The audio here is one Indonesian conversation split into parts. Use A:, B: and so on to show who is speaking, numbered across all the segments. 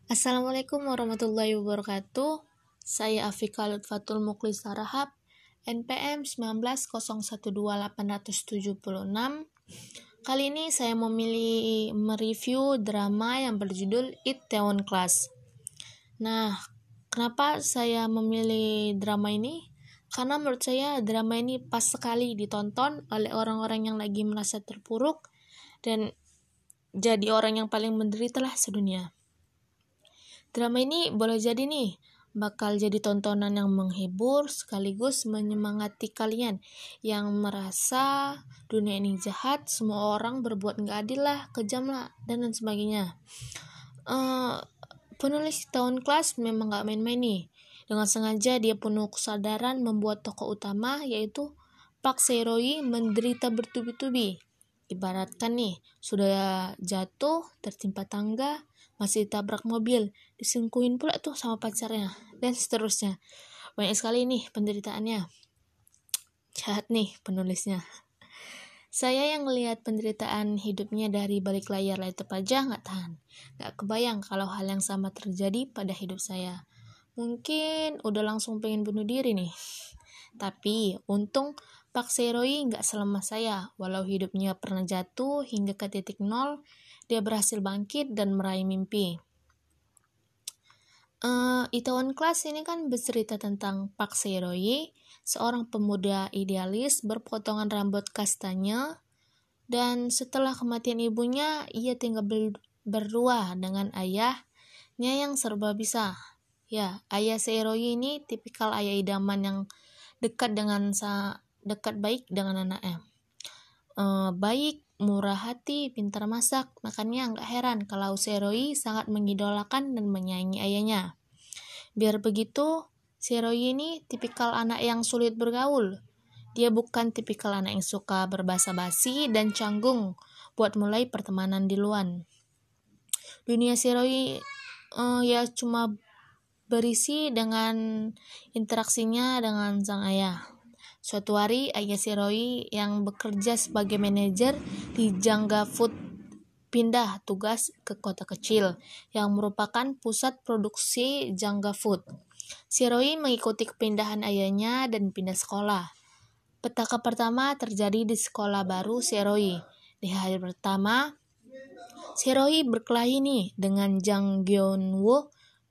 A: Assalamualaikum warahmatullahi wabarakatuh. Saya Afika Lutfatul Muklis Sarahab, NPM 19012876. Kali ini saya memilih mereview drama yang berjudul Itaewon Class. Nah, kenapa saya memilih drama ini? Karena menurut saya drama ini pas sekali ditonton oleh orang-orang yang lagi merasa terpuruk dan jadi orang yang paling menderita lah sedunia. Drama ini boleh jadi nih, bakal jadi tontonan yang menghibur sekaligus menyemangati kalian yang merasa dunia ini jahat, semua orang berbuat gak adil lah, kejam lah, dan lain sebagainya. Penulis Itaewon Class memang gak main-main nih. Dengan sengaja dia penuh kesadaran membuat tokoh utama yaitu Park Se-roi menderita bertubi-tubi. Ibaratkan nih, sudah jatuh, tertimpa tangga, masih ditabrak mobil, diselingkuhin pula tuh sama pacarnya, dan seterusnya. Banyak sekali nih penderitaannya. Jahat nih penulisnya. Saya yang melihat penderitaan hidupnya dari balik layar laptop aja gak tahan. Gak kebayang kalau hal yang sama terjadi pada hidup saya. Mungkin udah langsung pengen bunuh diri nih. Tapi untung Park Se-roi gak selemah saya. Walau hidupnya pernah jatuh hingga ke titik nol, dia berhasil bangkit dan meraih mimpi. Itaewon Class ini kan bercerita tentang Park Se-roi, seorang pemuda idealis berpotongan rambut kastanya, dan setelah kematian ibunya, ia tinggal berdua dengan ayahnya yang serba bisa. Ya, ayah Se-roi ini tipikal ayah idaman yang dekat baik dengan anaknya. Baik, murah hati, pintar masak, makanya nggak heran kalau Se-roi sangat mengidolakan dan menyayangi ayahnya. Biar begitu, Se-roi ini tipikal anak yang sulit bergaul. Dia bukan tipikal anak yang suka berbasa-basi dan canggung buat mulai pertemanan di luar. Dunia Se-roi ya cuma berisi dengan interaksinya dengan sang ayah. Suatu hari, ayah Se-roi yang bekerja sebagai manajer di Jangga Food pindah tugas ke kota kecil yang merupakan pusat produksi Jangga Food. Se-roi mengikuti kepindahan ayahnya dan pindah sekolah. Petaka pertama terjadi di sekolah baru Se-roi. Di hari pertama, Se-roi berkelahi nih dengan Jang Gyeon-woo.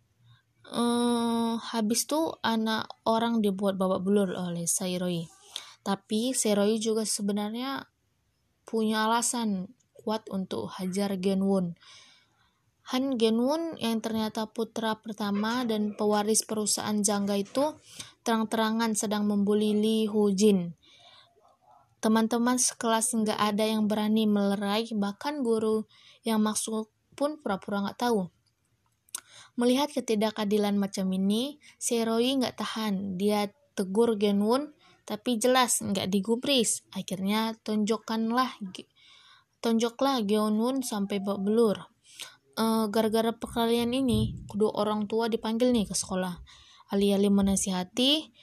A: Habis itu anak orang dibuat babak belur oleh Se-roi. Tapi Se-roi juga sebenarnya punya alasan kuat untuk hajar Gyeon-woo. Han Gyeon-woo yang ternyata putra pertama dan pewaris perusahaan Jangga itu terang-terangan sedang membuli Lee Ho-jin. Teman-teman sekelas nggak ada yang berani melerai, bahkan guru yang masuk pun pura-pura nggak tahu. Melihat ketidakadilan macam ini, Se-roi nggak tahan. Dia tegur Gyeon-woo, tapi jelas nggak digubris. Akhirnya tonjoklah Gyeon-woo sampai babak belur. Gara-gara perkelahian ini, kedua orang tua dipanggil nih ke sekolah. Alih-alih menasihati,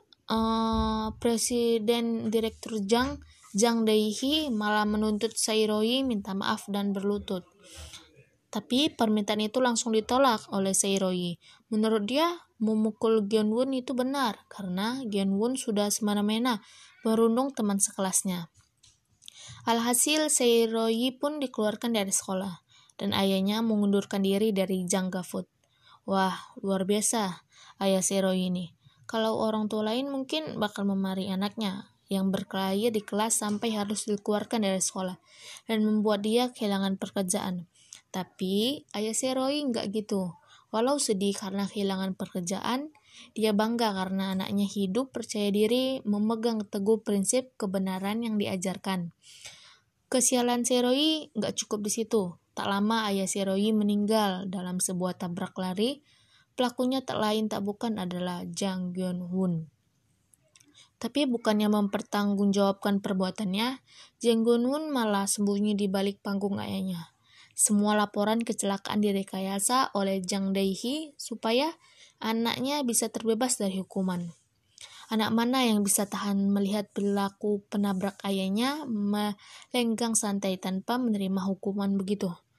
A: Presiden Direktur Jang Dae-hee malah menuntut Se-roi minta maaf dan berlutut. Tapi permintaan itu langsung ditolak oleh Se-roi. Menurut dia, memukul Gyeon-woo itu benar karena Gyeon-woo sudah semena-mena merundung teman sekelasnya. Alhasil Se-roi pun dikeluarkan dari sekolah dan ayahnya mengundurkan diri dari Jangga Food. Wah, luar biasa ayah Se-roi ini. Kalau orang tua lain mungkin bakal memarahi anaknya yang berkelahi di kelas sampai harus dikeluarkan dari sekolah dan membuat dia kehilangan pekerjaan. Tapi ayah Se-roi nggak gitu. Walau sedih karena kehilangan pekerjaan, dia bangga karena anaknya hidup percaya diri memegang teguh prinsip kebenaran yang diajarkan. Kesialan Se-roi nggak cukup di situ. Tak lama ayah Se-roi meninggal dalam sebuah tabrak lari. Pelakunya tak lain tak bukan adalah Jang Gyeon-woo. Tapi bukannya mempertanggungjawabkan perbuatannya, Jang Gyeon-woo malah sembunyi di balik panggung ayahnya. Semua laporan kecelakaan direkayasa oleh Jang Dae-hee supaya anaknya bisa terbebas dari hukuman. Anak mana yang bisa tahan melihat perilaku penabrak ayahnya melenggang santai tanpa menerima hukuman begitu?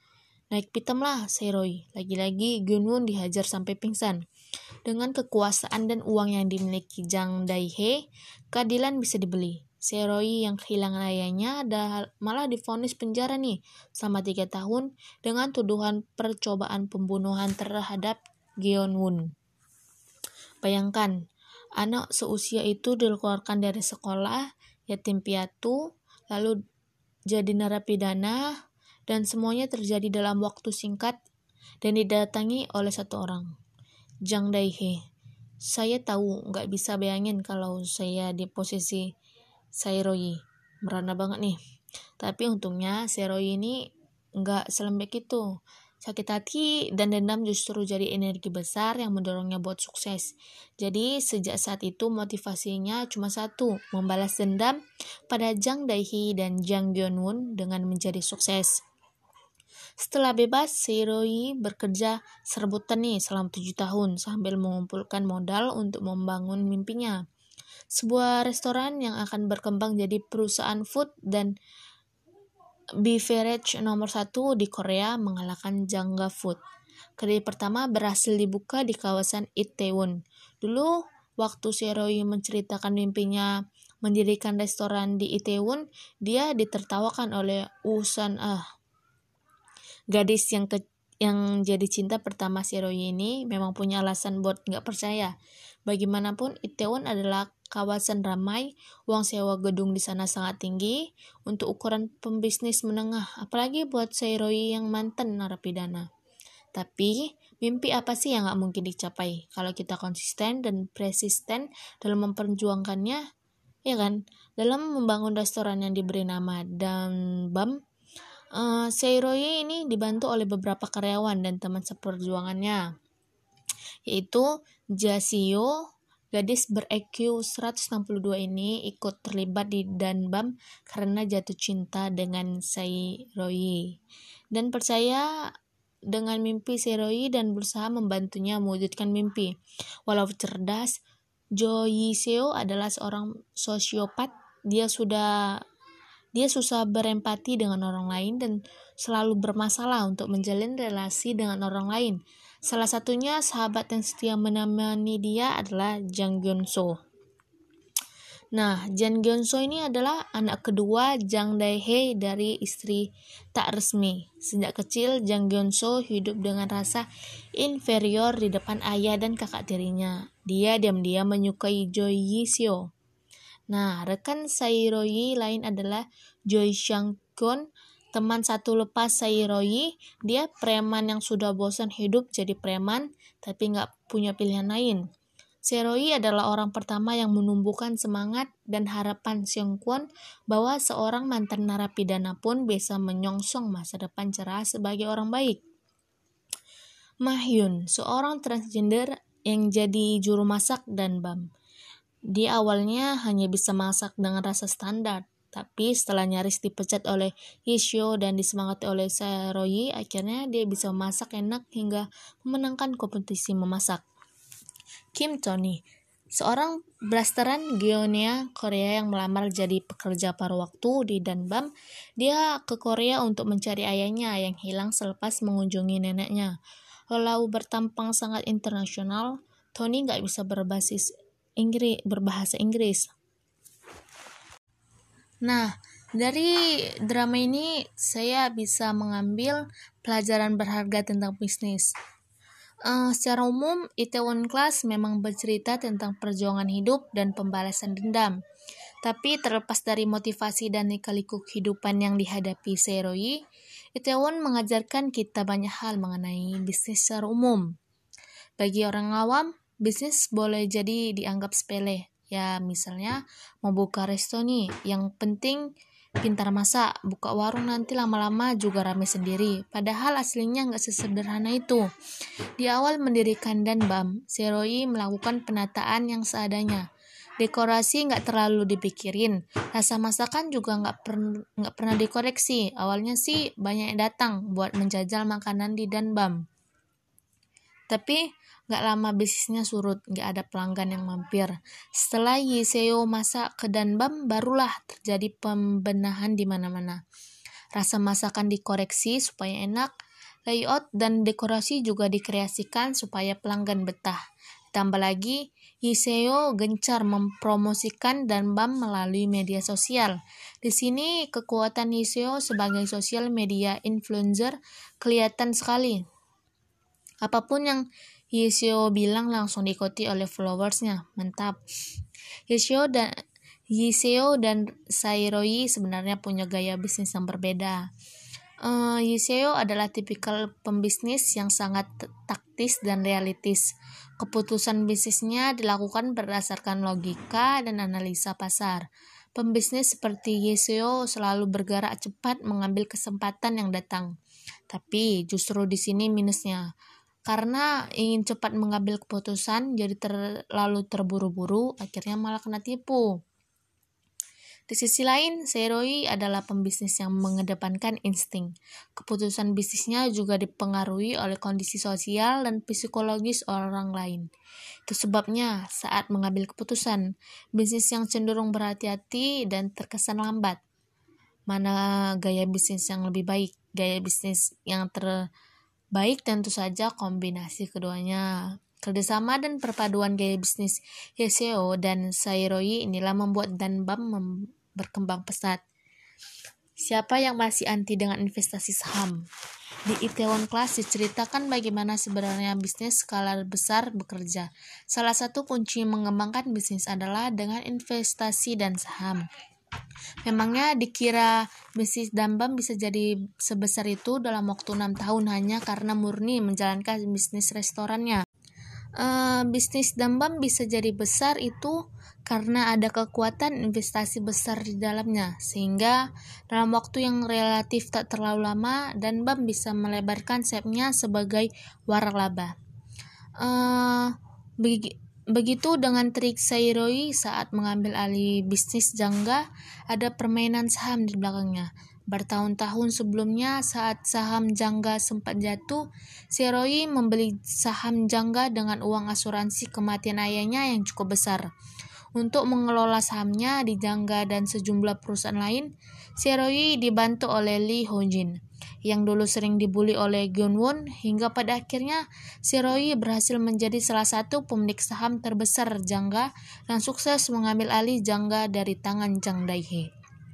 A: Naik pitamlah Sae-royi. Lagi-lagi Gyun-won dihajar sampai pingsan. Dengan kekuasaan dan uang yang dimiliki Jang Dae-hae, keadilan bisa dibeli. Sae-royi yang kehilangan ayahnya malah divonis penjara nih selama 3 tahun dengan tuduhan percobaan pembunuhan terhadap Gyeon-won. Bayangkan, anak seusia itu dikeluarkan dari sekolah, yatim piatu, lalu jadi narapidana, dan semuanya terjadi dalam waktu singkat dan didatangi oleh satu orang, Jang Dae-hae. Saya tahu, nggak bisa bayangin kalau saya di posisi Sae-royi. Merana banget nih. Tapi untungnya Sae-royi ini nggak selembek itu. Sakit hati dan dendam justru jadi energi besar yang mendorongnya buat sukses. Jadi sejak saat itu motivasinya cuma satu, membalas dendam pada Jang Dae-hae dan Jang Gyeon-won dengan menjadi sukses. Setelah bebas, Sae-royi bekerja serabutan nih selama 7 tahun sambil mengumpulkan modal untuk membangun mimpinya. Sebuah restoran yang akan berkembang jadi perusahaan food dan beverage nomor 1 di Korea mengalahkan Jangga Food. Kedai pertama berhasil dibuka di kawasan Itaewon. Dulu, waktu Sae-royi menceritakan mimpinya mendirikan restoran di Itaewon, dia ditertawakan oleh Usan gadis yang jadi cinta pertama Sae-royi ini memang punya alasan buat nggak percaya. Bagaimanapun, Itaewon adalah kawasan ramai, uang sewa gedung di sana sangat tinggi untuk ukuran pembisnis menengah, apalagi buat Sae-royi yang mantan narapidana. Tapi, mimpi apa sih yang nggak mungkin dicapai kalau kita konsisten dan persisten dalam memperjuangkannya? Ya kan? Dalam membangun restoran yang diberi nama Danbam, Sae-royi ini dibantu oleh beberapa karyawan dan teman seperjuangannya, yaitu Jasio, gadis ber-EQ 162 ini ikut terlibat di Danbam karena jatuh cinta dengan Sae-royi dan percaya dengan mimpi Sae-royi dan berusaha membantunya mewujudkan mimpi. Walau cerdas, Jo Yi-seo adalah seorang sosiopat. Dia susah berempati dengan orang lain dan selalu bermasalah untuk menjalin relasi dengan orang lain. Salah satunya sahabat yang setia menemani dia adalah Jang Gyun-soo. Nah, Jang Gyun-soo ini adalah anak kedua Jang Dae-hae dari istri tak resmi. Sejak kecil, Jang Gyun-soo hidup dengan rasa inferior di depan ayah dan kakak tirinya. Dia diam-diam menyukai Jo Yi-seo. Nah, rekan Sae-royi lain adalah Choi Sang-kwon, teman satu lepas Sae-royi. Dia preman yang sudah bosan hidup jadi preman, tapi nggak punya pilihan lain. Sae-royi adalah orang pertama yang menumbuhkan semangat dan harapan Sang-kwon bahwa seorang mantan narapidana pun bisa menyongsong masa depan cerah sebagai orang baik. Ma-hyun, seorang transgender yang jadi juru masak Danbam. Dia awalnya hanya bisa masak dengan rasa standar, tapi setelah nyaris dipecat oleh Yi-seo dan disemangati oleh Sae-royi, akhirnya dia bisa memasak enak hingga memenangkan kompetisi memasak. Kim Tony, seorang blasteran Gyeonea Korea yang melamar jadi pekerja paruh waktu di Danbam. Dia ke Korea untuk mencari ayahnya yang hilang selepas mengunjungi neneknya. Walau bertampang sangat internasional, Tony nggak bisa berbahasa Inggris. Nah, dari drama ini saya bisa mengambil pelajaran berharga tentang bisnis. Secara umum, Itaewon Class memang bercerita tentang perjuangan hidup dan pembalasan dendam. Tapi terlepas dari motivasi dan lika-liku kehidupan yang dihadapi Sae-royi, Itaewon mengajarkan kita banyak hal mengenai bisnis secara umum. Bagi orang awam, bisnis boleh jadi dianggap sepele. Ya, misalnya mau buka resto nih, yang penting pintar masak, buka warung nanti lama-lama juga rame sendiri. Padahal aslinya nggak sesederhana itu. Di awal mendirikan Danbam, Sae-royi melakukan penataan yang seadanya. Dekorasi nggak terlalu dipikirin, rasa masakan juga nggak pernah dikoreksi. Awalnya sih banyak yang datang buat menjajal makanan di Danbam. Tapi gak lama bisnisnya surut, gak ada pelanggan yang mampir. Setelah Yi-seo masak ke Danbam, barulah terjadi pembenahan di mana-mana. Rasa masakan dikoreksi supaya enak, Layout dan dekorasi juga dikreasikan supaya pelanggan betah. Ditambah lagi, Yiseo gencar mempromosikan Danbam melalui media sosial. Di sini kekuatan Yiseo sebagai sosial media influencer kelihatan sekali. Apapun yang Yiseo bilang langsung diikuti oleh followersnya. Mantap. Yiseo dan Sairoi sebenarnya punya gaya bisnis yang berbeda. Yiseo adalah tipikal pembisnis yang sangat taktis dan realistis. Keputusan bisnisnya dilakukan berdasarkan logika dan analisa pasar. Pembisnis seperti Yiseo selalu bergerak cepat mengambil kesempatan yang datang. Tapi justru di sini minusnya. Karena ingin cepat mengambil keputusan, jadi terlalu terburu-buru, akhirnya malah kena tipu. Di sisi lain, Sairoi adalah pembisnis yang mengedepankan insting. Keputusan bisnisnya juga dipengaruhi oleh kondisi sosial dan psikologis orang lain. Itu sebabnya saat mengambil keputusan, bisnis yang cenderung berhati-hati dan terkesan lambat. Mana gaya bisnis yang lebih baik? Gaya bisnis yang terbaik tentu saja kombinasi keduanya. Kerjasama dan perpaduan gaya bisnis Yiseo dan Sairoi inilah membuat Danbam berkembang pesat. Siapa yang masih anti dengan investasi saham? Di Itaewon Class diceritakan bagaimana sebenarnya bisnis skala besar bekerja. Salah satu kunci mengembangkan bisnis adalah dengan investasi dan saham. Memangnya dikira bisnis Danbam bisa jadi sebesar itu dalam waktu 6 tahun hanya karena murni menjalankan bisnis restorannya. Bisnis Danbam bisa jadi besar itu karena ada kekuatan investasi besar di dalamnya, sehingga dalam waktu yang relatif tak terlalu lama, Danbam bisa melebarkan sayapnya sebagai waralaba. Begitu dengan trik Sairoi saat mengambil alih bisnis Jangga, ada permainan saham di belakangnya. Bertahun-tahun sebelumnya saat saham Jangga sempat jatuh, Sairoi membeli saham Jangga dengan uang asuransi kematian ayahnya yang cukup besar. Untuk mengelola sahamnya di Jangga dan sejumlah perusahaan lain, Sairoi dibantu oleh Lee Ho-jin, yang dulu sering dibully oleh Gyun-won, hingga pada akhirnya Sairoi berhasil menjadi salah satu pemilik saham terbesar Jangga dan sukses mengambil alih Jangga dari tangan Jang Dae-hee.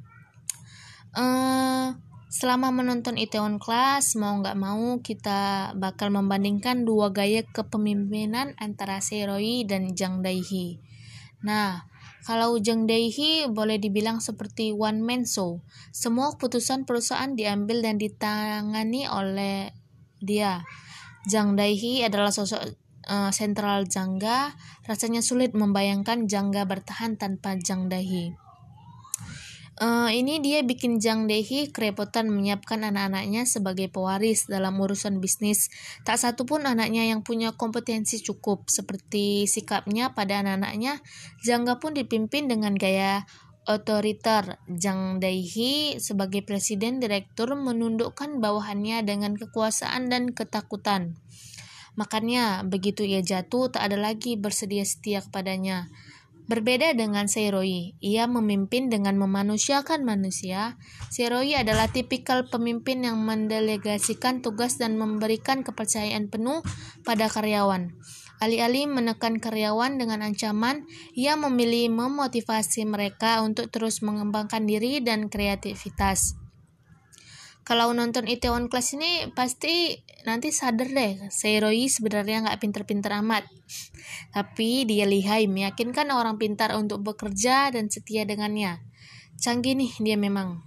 A: Selama menonton Itaewon Class, mau nggak mau kita bakal membandingkan dua gaya kepemimpinan antara Sairoi dan Jang Dae-hee. Nah, kalau Jang Dae-hee boleh dibilang seperti one man show. Semua keputusan perusahaan diambil dan ditangani oleh dia. Jang Dae-hee adalah sosok sentral Jangga. Rasanya sulit membayangkan Jangga bertahan tanpa Jang Dae-hee. Ini dia bikin Jang Dae-hee kerepotan menyiapkan anak-anaknya sebagai pewaris dalam urusan bisnis. Tak satu pun anaknya yang punya kompetensi cukup. Seperti sikapnya pada anak-anaknya, Jangga pun dipimpin dengan gaya otoriter. Jang Dae-hee sebagai presiden direktur menundukkan bawahannya dengan kekuasaan dan ketakutan. Makanya begitu ia jatuh, tak ada lagi bersedia setia kepadanya. Berbeda dengan Sairoi, ia memimpin dengan memanusiakan manusia. Sairoi adalah tipikal pemimpin yang mendelegasikan tugas dan memberikan kepercayaan penuh pada karyawan. Alih-alih menekan karyawan dengan ancaman, ia memilih memotivasi mereka untuk terus mengembangkan diri dan kreativitas. Kalau nonton Itaewon Class ini pasti nanti sadar deh, Sairoi sebenarnya nggak pinter-pinter amat. Tapi dia lihai meyakinkan orang pintar untuk bekerja dan setia dengannya. Canggih nih dia memang.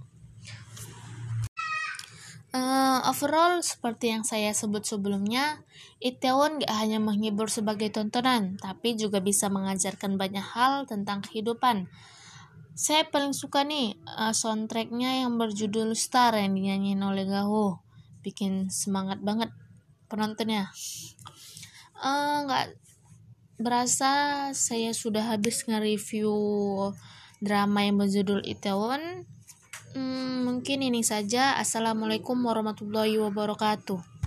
A: Overall, seperti yang saya sebut sebelumnya, Itaewon gak hanya menghibur sebagai tontonan, tapi juga bisa mengajarkan banyak hal tentang kehidupan. Saya paling suka nih soundtracknya yang berjudul Star yang dinyanyiin oleh Gaho. Bikin semangat banget penontonnya. Gak berasa saya sudah habis nge-review drama yang berjudul Itaewon. Mungkin ini saja. Assalamualaikum warahmatullahi wabarakatuh.